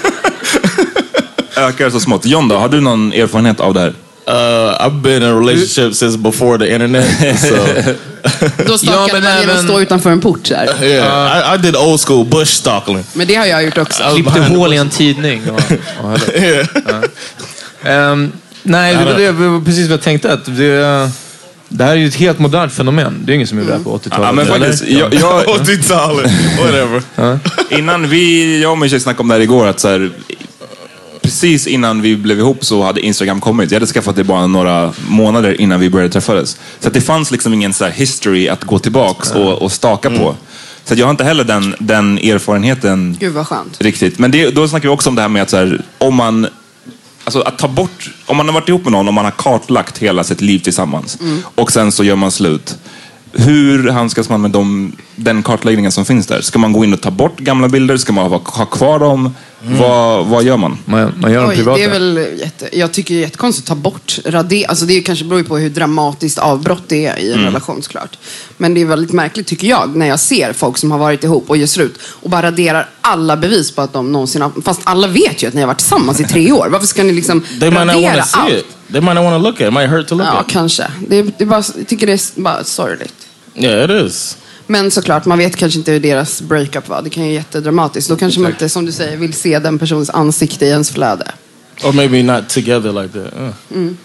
Ökar så smått. John då, har du någon erfarenhet av det här? I've been in a relationship since before the internet. So. Då stalkade man genom att stå utanför en port så här. Yeah, I did old school bush stalking. Men det har jag gjort också. Klippte hål i en tidning. Nej, det var precis vad jag tänkte. Att det här är ju ett helt modernt fenomen. Det är ingen som gjorde det här på 80-talet. Ja, men faktiskt, 80-talet, whatever. Innan jag och Michelle snackade om det här igår, att så här, precis innan vi blev ihop så hade Instagram kommit. Jag hade skaffat det bara några månader innan vi började träffades. Så att det fanns liksom ingen så här history att gå tillbaks och staka på. Så att jag har inte heller den erfarenheten. Gud vad skönt. Riktigt. Men då snackar vi också om det här med att så här, alltså att ta bort, om man har varit ihop med någon och man har kartlagt hela sitt liv tillsammans och sen så gör man slut. Hur handskas man med den kartläggningen som finns där? Ska man gå in och ta bort gamla bilder? Ska man ha kvar dem? Vad gör man? Man gör dem privata. Det är väl jag tycker det är jättekonstigt att ta bort alltså det kanske beror på hur dramatiskt avbrott det är i en relation såklart. Men det är väldigt märkligt tycker jag när jag ser folk som har varit ihop och gör slut och bara raderar alla bevis på att de någonsin har, fast alla vet ju att ni har varit tillsammans i 3 år. Varför ska ni liksom radera allt? They might not want to look at it. It might hurt to look at. Ja, kanske. Det är bara, jag tycker det är bara sorgligt. Yeah, it is. Men såklart, man vet kanske inte hur deras breakup var. Det kan ju vara jättedramatiskt. Då kanske man inte, som du säger, vill se den personens ansikte i ens flöde. Or maybe not together like that.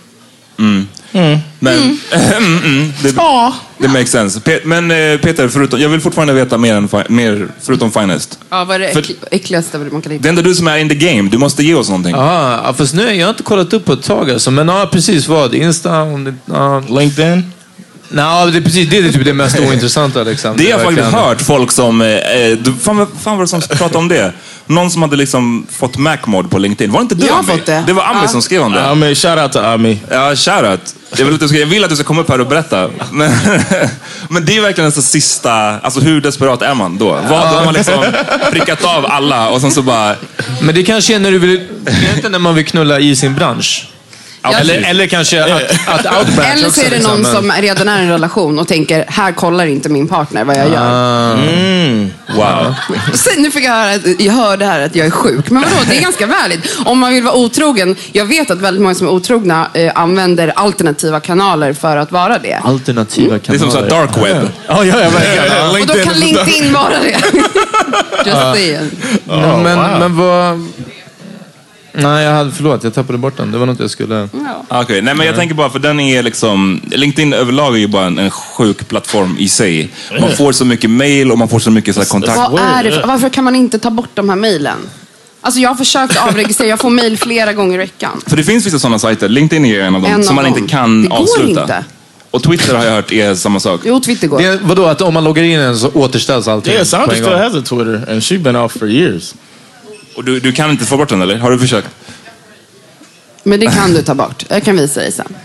Men det makes sense. Men Peter, jag vill fortfarande veta mer förutom Finest. Ja, vad är det äckligaste man kan hitta? Det enda du som är in the game, du måste ge oss någonting. Ja, fast nu jag har inte kollat upp på ett tag alltså. Men precis vad? Insta, LinkedIn? Nej, det är precis det är typ det mest ointressanta liksom. Det har jag faktiskt hört folk som fan var det som pratade om det? Någon som hade liksom fått Mac-mod på LinkedIn. Var det inte du? Jag har fått det. Det var Ami som skrev om det. Ami, shout out to Ami. Ja, shout out. Jag vill att du ska komma upp här och berätta. Men det är verkligen så sista, alltså hur desperat är man då? Då har man liksom prickat av alla och sen så bara. Men det kanske är när man vill knulla i sin bransch. Eller kanske att outbranch eller så är det någon som redan är i en relation och tänker, här kollar inte min partner vad jag gör. Wow. Nu fick jag hörde här att jag är sjuk. Men vadå, det är ganska värdigt. Om man vill vara otrogen, jag vet att väldigt många som är otrogna använder alternativa kanaler för att vara det. Alternativa kanaler. Det är som så här dark web. Ja, verkligen. Och då kan LinkedIn vara det. Just saying. Men vad... Nej, jag tappade bort den. Det var något jag skulle... Okej, nej men jag tänker bara, för den är liksom... LinkedIn överlag är ju bara en sjuk plattform i sig. Man får så mycket mail och man får så mycket så här kontakt. Varför kan man inte ta bort de här mailen? Alltså jag har försökt avregistrera, jag får mejl flera gånger i veckan. För det finns vissa sådana sajter, LinkedIn är en av dem, som man inte kan avsluta. Det går inte. Och Twitter har jag hört är samma sak. Jo, Twitter går. Det, vadå, att om man loggar in en så återställs allting? Yeah, Sandra still has a Twitter and she's been off for years. Och du kan inte få bort den, eller? Har du försökt? Men det kan du ta bort. Jag kan visa dig sen.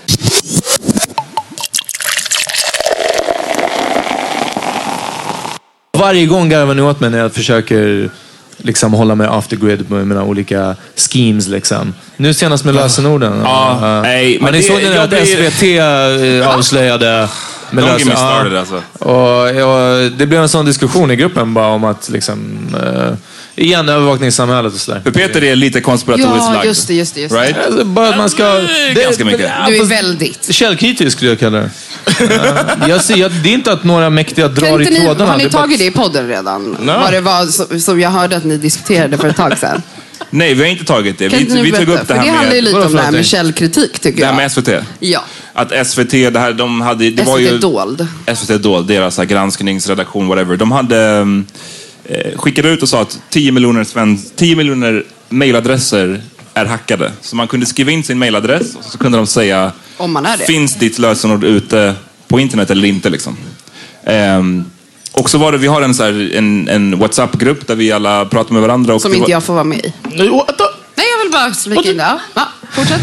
Varje gång garvar ni åt mig när jag försöker liksom hålla mig off the grid med mina olika schemes liksom. Nu senast med lösenorden. Ja, nej. Men ni såg det att SVT avslöjade med lösenorden. Alltså. Och det blev en sån diskussion i gruppen bara om att liksom igen övervakningssamhället och sådär. För Peter är lite konspiratoriskt lagd. Ja, just det. Right? Alltså, bara att man ska... ganska mycket. Du är väldigt källkritisk skulle jag kalla det. Jag ser, det är inte att några mäktiga drar i trådarna. Har ni tagit det i podden redan? No. Vad det var som jag hörde att ni diskuterade för ett tag sedan? Nej, vi har inte tagit det. Vi tog upp det här med... Det handlar ju lite om det här med källkritik, tycker jag. Det här med SVT? Ja. Att SVT, det här, de hade... Det var ju Dold. SVT Dold, deras granskningsredaktion, whatever. De hade skickade ut och sa att 10 miljoner mailadresser är hackade. Så man kunde skriva in sin mailadress och så kunde de säga om man är det. Finns ditt lösenord ute på internet eller inte liksom. Och så var det, vi har en WhatsApp-grupp där vi alla pratar med varandra. Och som inte jag får vara med i. Nej, jag vill bara slika in det. Ja, fortsätt.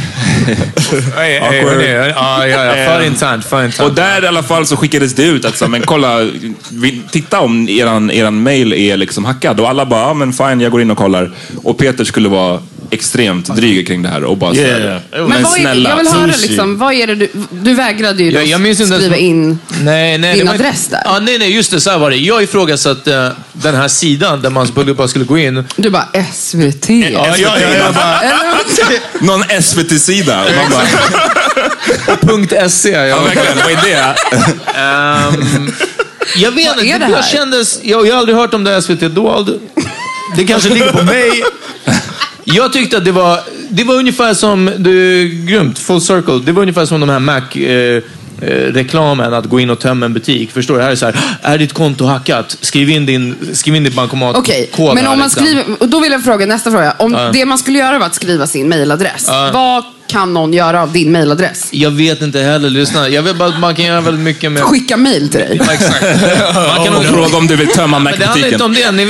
För internt. Och där i alla fall så skickades det ut att men kolla, titta om eran mail är liksom hackad. Och alla bara, ja men fine, jag går in och kollar. Och Peter skulle vara extremt dryg kring det här och bara men snälla, jag vill höra liksom, vad är det du vägrade ju skriva in din adress där. Ja, nej, just det, så här var det. Jag ifrågasatte den här sidan där man bara skulle gå in. Du bara, SVT. Någon SVT-sida. Och .se. Ja, verkligen. Vad är det? Jag vet inte, jag kändes... Jag har aldrig hört om det SVT Dold. Det kanske ligger på mig. Jag tyckte att det var ungefär som, grymt, full circle. Det var ungefär som de här Mac-reklamen, att gå in och tömma en butik. Förstår du? Här är så här, är ditt konto hackat? Skriv in din bankomat. Okej, men om man skriver, och då vill jag fråga, nästa fråga. Om det man skulle göra var att skriva sin mailadress, vad kan någon göra av din mailadress? Jag vet inte heller, lyssna. Jag vet bara att man kan göra väldigt mycket med... Skicka mail till dig. Ja, exakt. Man kan nog fråga om du vill tömma Mac-butiken. Men det handlar inte om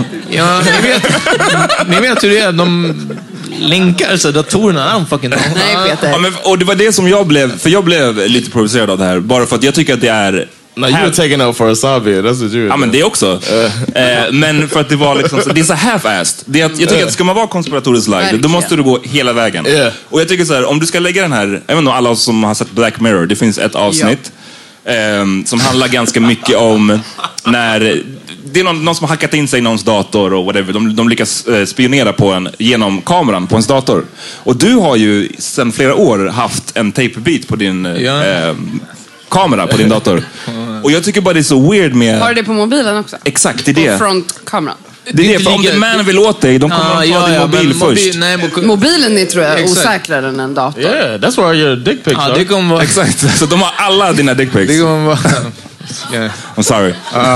det. Ni vet hur det är. De länkar så datorerna. Nej, Peter. Ja, men, och det var det som jag blev lite provocerad av det här. Bara för att jag tycker att det är... No, you were taking out for a Asabi. That's what you were. Ja, men det också. Men för att det var liksom, det är så half-assed. Jag tycker att ska man vara konspiratoriskt lagd, då måste du gå hela vägen. Och jag tycker så här, om du ska lägga den här, jag vet inte alla som har sett Black Mirror, det finns ett avsnitt som handlar ganska mycket om när det är någon som har hackat in sig i någons dator och whatever. De lyckas spionera på en genom kameran på ens dator. Och du har ju sedan flera år haft en tape-bit på din kamera på din dator. Och jag tycker bara det är så weird med... Har du det på mobilen också? Exakt, det är det. På frontkameran. Det är det, för om man vill åt dig, de kommer att ta din mobil först. Mobilen är, tror jag, osäkrare än en dator. Yeah, that's why your dick pics are. Det kommer vara... Exakt, så de har alla dina dick pics. Det kommer vara... I'm sorry.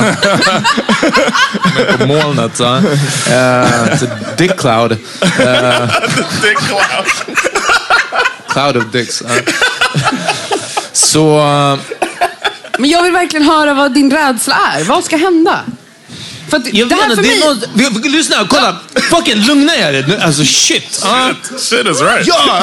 På molnet, så. Dick cloud. Dick cloud. Cloud of dicks. Så... Men jag vill verkligen höra vad din rädsla är. Vad ska hända? För att det här för mig... Lyssna, kolla. Fucking lugna er. Alltså shit. Shit is right. Ja!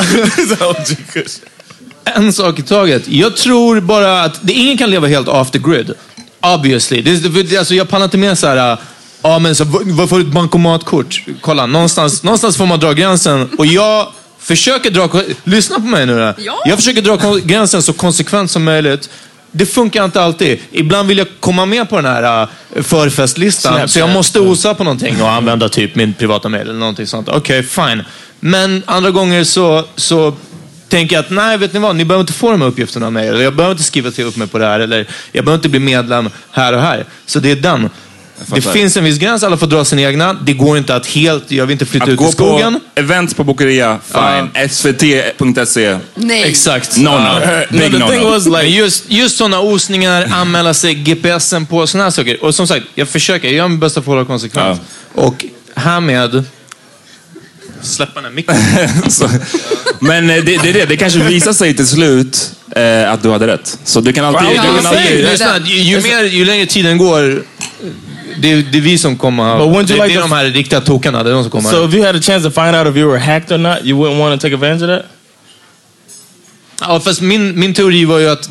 En sak i taget. Jag tror bara att ingen kan leva helt off the grid. Obviously. Alltså jag pallar inte med så här... Ja, men så vad får ett bankomatkort? Kolla, någonstans får man dra gränsen. Och jag försöker dra... Lyssna på mig nu då. Ja. Jag försöker dra gränsen så konsekvent som möjligt. Det funkar inte alltid. Ibland vill jag komma med på den här förfestlistan. Så jag måste osa på någonting och använda typ min privata mail eller någonting sånt. Okej, fine. Men andra gånger så tänker jag att nej, vet ni vad? Ni behöver inte få de här uppgifterna av mig. Eller jag behöver inte skriva till upp mig på det här. Eller jag behöver inte bli medlem här och här. Så det är den. Det finns en viss gräns, alla får dra sin egna. Det går inte att helt, jag vill inte flytta ut i skogen. På events på Bokeria, fine. svt.se. Nej. Exakt. No. Big no. Like, just sådana osningar, anmäla sig, GPSen på sådana här saker. Och som sagt, jag gör min bästa för att hålla konsekvens. Och härmed släppa den här micken. Men det kanske visar sig till slut att du hade rätt. Så du kan alltid... Ju längre tiden går, det är vi som kommer... Det är de här riktiga tokarna, det är de som kommer. So if you had a chance to find out if you were hacked or not, you wouldn't want to take advantage of that? Ja, fast min teori var ju att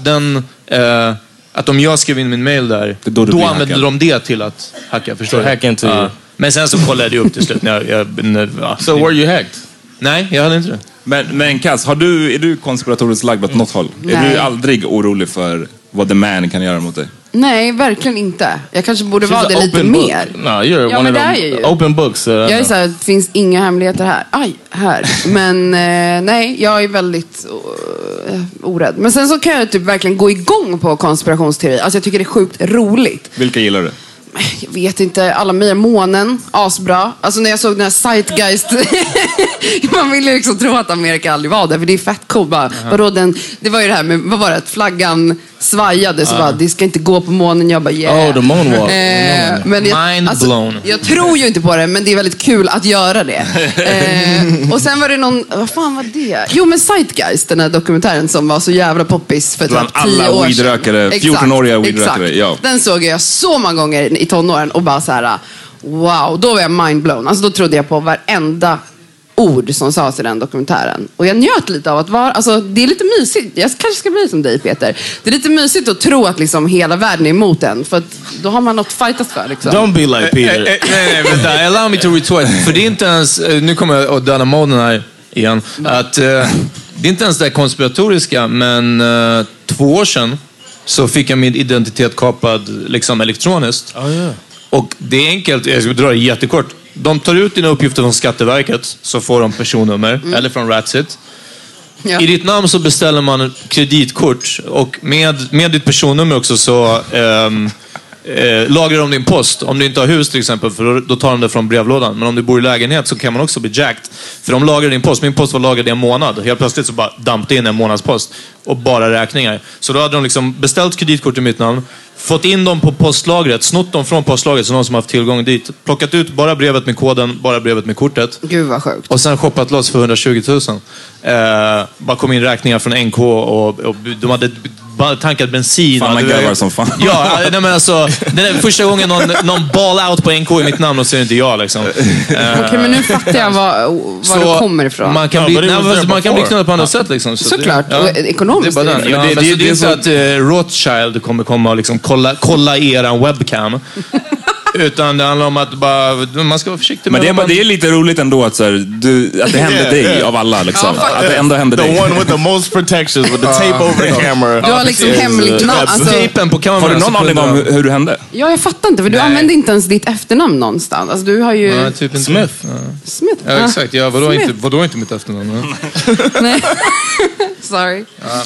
att om jag skrev in min mail där, då använde de det till att hacka, förstår du? Hack into you. Men sen så kollade jag upp till slut när So were you hacked? Nej, jag hade inte det. Men Cass, är du konspiratoriskt lagd åt något håll? Nej. Är du aldrig orolig för vad the man kan göra mot dig? Nej, verkligen inte. Jag kanske borde vara det lite mer. No, you're one of them open books. Jag är såhär, det finns inga hemligheter här. Här. Men nej, jag är väldigt orädd. Men sen så kan jag typ verkligen gå igång på konspirationsteori. Alltså jag tycker det är sjukt roligt. Vilka gillar du? Jag vet inte, alla Mia Månen, asbra. Alltså när jag såg den här Zeitgeist man vill ju liksom tro att Amerika aldrig var där, för det är fett coolt bara. Vadå, det var ju det här med, vad var det, att flaggan svajade så bara, det ska inte gå på månen. Jag bara, yeah. Oh, the moonwalk. Men Mind blown. Jag tror ju inte på det, men det är väldigt kul att göra det. Och sen var det någon, vad fan var det? Jo, men Zeitgeist, den här dokumentären som var så jävla poppis för typ 10 år sedan. Alla weedrökare, 14-åriga weedrökare. Ja. Den såg jag så många gånger i tonåren och bara så här, wow, då var jag mindblown. Alltså då trodde jag på varenda ord som sades i den dokumentären. Och jag njöt lite av att vara, alltså det är lite mysigt. Jag kanske ska bli som dig, Peter. Det är lite mysigt att tro att liksom hela världen är emot en, för att då har man något fightas för liksom. Don't be like Peter. Nej, vänta, allow me to retort. För det är inte ens, nu kommer jag att döda moden här igen, att det är inte ens det konspiratoriska, men 2 år sedan så fick jag min identitet kapad liksom elektroniskt. Och det är enkelt, jag ska dra det jättekort. De tar ut dina uppgifter från Skatteverket, så får de personnummer, eller från Ratsit. I ditt namn så beställer man kreditkort, och med ditt personnummer också så lagrar de din post. Om du inte har hus till exempel, för då tar de det från brevlådan. Men om du bor i lägenhet så kan man också bli jacked, för de lagrar din post. Min post var lagrad i en månad. Helt plötsligt så bara dampte in en månadspost och bara räkningar. Så då hade de liksom beställt kreditkort i mitt namn, fått in dem på postlagret, snott dem från postlagret, så någon som haft tillgång dit, plockat ut bara brevet med koden, bara brevet med kortet. Gud vad sjukt. Och sen shoppat loss för 120 000. Bara kom in räkningar från NK och de hade bara tankat bensin. Fan, man garvar som fan. Ja, nej, men alltså, det är första gången någon ball out på NK i mitt namn, och så är det inte jag liksom. Okej, men nu fattar jag var du kommer ifrån. Man kan bli knullad på andra sätt liksom. Såklart, ja, och ekonomiskt. Det är bara den. Ja, det är inte att Rothschild kommer komma och liksom kolla eran webcam. Utan det handlar om att man ska vara försiktig. Men det är lite roligt ändå att, så här, att det hände dig av alla liksom. Att det ändå hände dig. The one with the most protections, with the tape over the camera. Du har liksom hemligt namn. Har du någon aning om hur det hände? Ja, jag fattar inte, för du använde inte ens ditt efternamn någonstans. Alltså du har ju... Ja, typ Smith. Smith? Ja, exakt. Ja, vadå inte mitt efternamn? Nej. Sorry.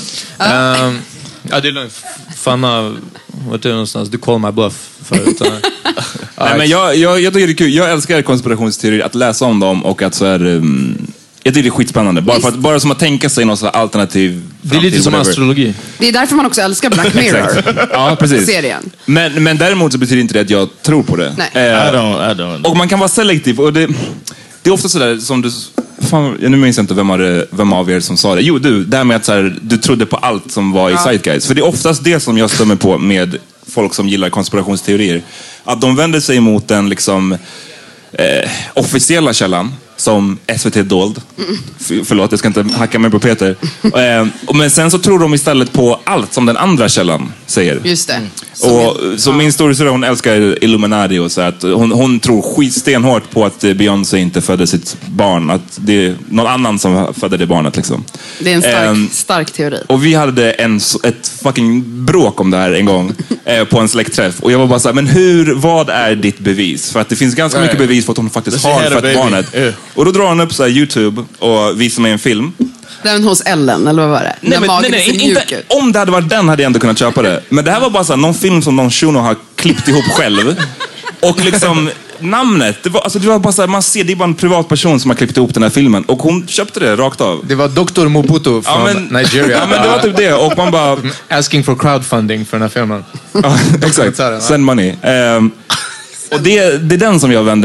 Ja, det är lugnt. Fanna, vart är det någonstans? Du call my bluff förut. Nej, men jag tycker det är kul. Jag älskar konspirationsteorier, att läsa om dem, och att så här, jag tycker det är skitspännande. Bara som att tänka sig någon sån här alternativ. Det är lite som astrologi. Det är därför man också älskar Black Mirror. Ja, precis. Serien. Men däremot så betyder inte det att jag tror på det. Nej. I don't. Och man kan vara selektiv, och det är ofta sådär som du... Fan, nu minns jag inte vem av er som sa det. Jo, det här med att så här, du trodde på allt som var i Zeitgeist. För det är oftast det som jag stämmer på med folk som gillar konspirationsteorier. Att de vänder sig mot den liksom officiella källan, som SVT dold. Förlåt, jag ska inte hacka mig på Peter. Men sen så tror de istället på allt som den andra källan säger. Just det. Så min storysyrra, hon älskar Illuminati, och så att hon tror stenhårt på att Beyoncé inte födde sitt barn, att det är någon annan som födde det barnet liksom. Det är en stark teori. Och vi hade ett fucking bråk om det här en gång på en släktträff, och jag var bara så här, men vad är ditt bevis? För att det finns ganska mycket bevis för att hon faktiskt har fött barnet. Och då drar han upp så här YouTube och visar mig en film. Den hos Ellen, eller vad var det? Nej, inte, om det hade varit den hade jag ändå kunnat köpa det. Men det här var bara så här, någon film som någon shuno har klippt ihop själv. Och liksom namnet, det var bara så här, man ser, det är bara en privatperson som har klippt ihop den här filmen. Och hon köpte det rakt av. Det var Dr. Mobutu från Nigeria. Ja, men det var typ det. Och man bara... Asking for crowdfunding för den här filmen. Ja, exakt. Send money. Och det är den som jag vänder mig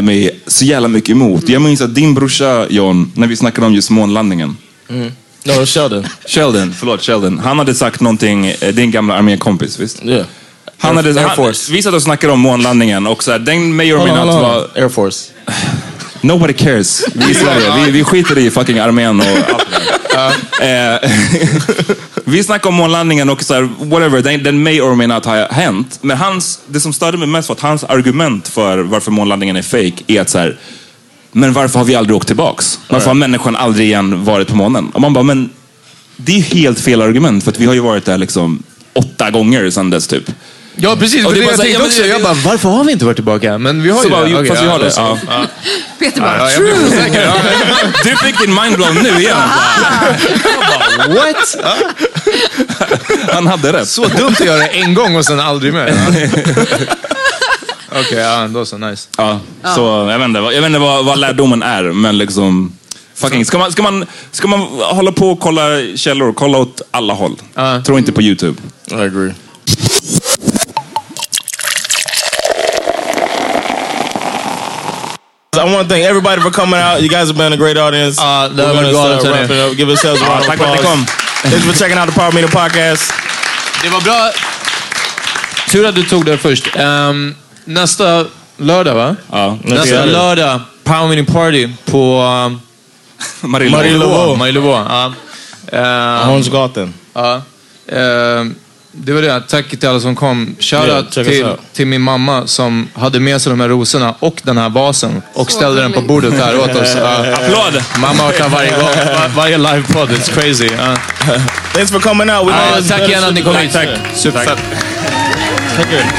så jävla mycket emot. Jag minns att din brorsa John, när vi snackade om just månlandningen. No, Sheldon. Han hade sagt någonting, din gamla armékompis, visst? Yeah. Han hade Air Force. Vi satt och snackade om månlandningen och så här, den may or may not vara Air Force. Nobody cares. Vi i Sverige, vi skiter i fucking armén och allt det. Vi snackar om månlandningen och så här, whatever, den may or may not ha hänt. Men det som störde mig mest var att hans argument för varför månlandningen är fake är att så här, men varför har vi aldrig åkt tillbaks? Varför har människan aldrig igen varit på månen? Och man bara, men det är helt fel argument, för att vi har ju varit där liksom 8 gånger sedan dess typ. Ja, precis. Och det jag tänkte också. Jag bara, varför har vi inte varit tillbaka? Men vi har ju det. Fast vi har det. Ja. Peter bara, true! Du fick din mindblown nu igen. Jag bara, what? Han hade rätt. Så dumt att göra det en gång och sen aldrig mer. Okej, ja, då så nice. Ja, så jag vet inte vad lärdomen är, men liksom fucking ska man hålla på och kolla källor, kolla åt alla håll. Tro inte på YouTube. I agree. I want to thank everybody for coming out. You guys have been a great audience. We're going to start wrapping up. Give yourselves a round of applause. Thanks for checking out the Power Meeting Podcast. Det var bra. Tur att du tog det först. Nästa lördag, va? Ja. Nästa lördag, Power Meeting Party på Marielevå. Hornsgatan. Ja. Det var det. Tack till alla som kom. Shoutout till min mamma som hade med sig de här rosorna och den här vasen och ställde den på bordet här åt oss. Applåd! Mamma har varit varje gång. Varje livepodd. It's crazy. Thanks for coming out. Tack igen att ni kom hit. Superfett. Take care.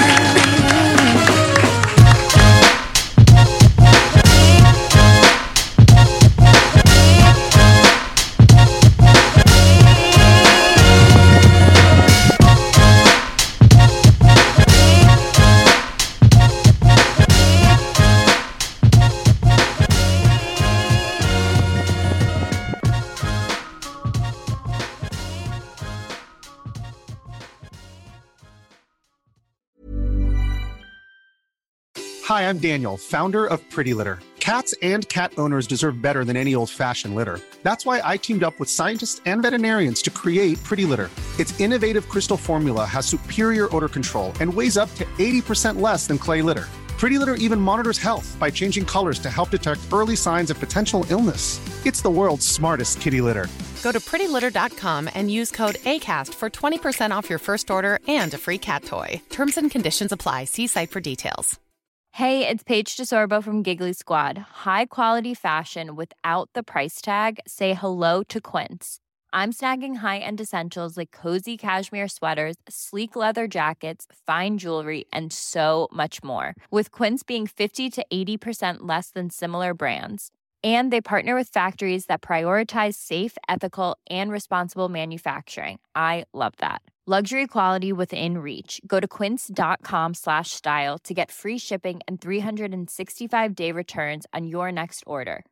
Hi, I'm Daniel, founder of Pretty Litter. Cats and cat owners deserve better than any old-fashioned litter. That's why I teamed up with scientists and veterinarians to create Pretty Litter. Its innovative crystal formula has superior odor control and weighs up to 80% less than clay litter. Pretty Litter even monitors health by changing colors to help detect early signs of potential illness. It's the world's smartest kitty litter. Go to prettylitter.com and use code ACAST for 20% off your first order and a free cat toy. Terms and conditions apply. See site for details. Hey, it's Paige DeSorbo from Giggly Squad. High quality fashion without the price tag. Say hello to Quince. I'm snagging high-end essentials like cozy cashmere sweaters, sleek leather jackets, fine jewelry, and so much more. With Quince being 50 to 80% less than similar brands. And they partner with factories that prioritize safe, ethical, and responsible manufacturing. I love that. Luxury quality within reach. Go to quince.com/style to get free shipping and 365-day returns on your next order.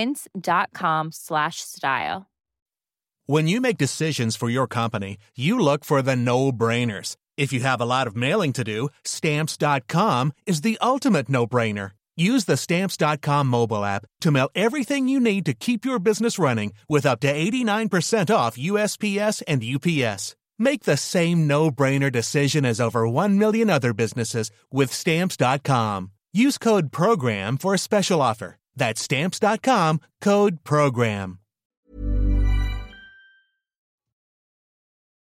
Quince.com/style. When you make decisions for your company, you look for the no-brainers. If you have a lot of mailing to do, Stamps.com is the ultimate no-brainer. Use the Stamps.com mobile app to mail everything you need to keep your business running with up to 89% off USPS and UPS. Make the same no-brainer decision as over 1 million other businesses with Stamps.com. Use code PROGRAM for a special offer. That's Stamps.com, code PROGRAM.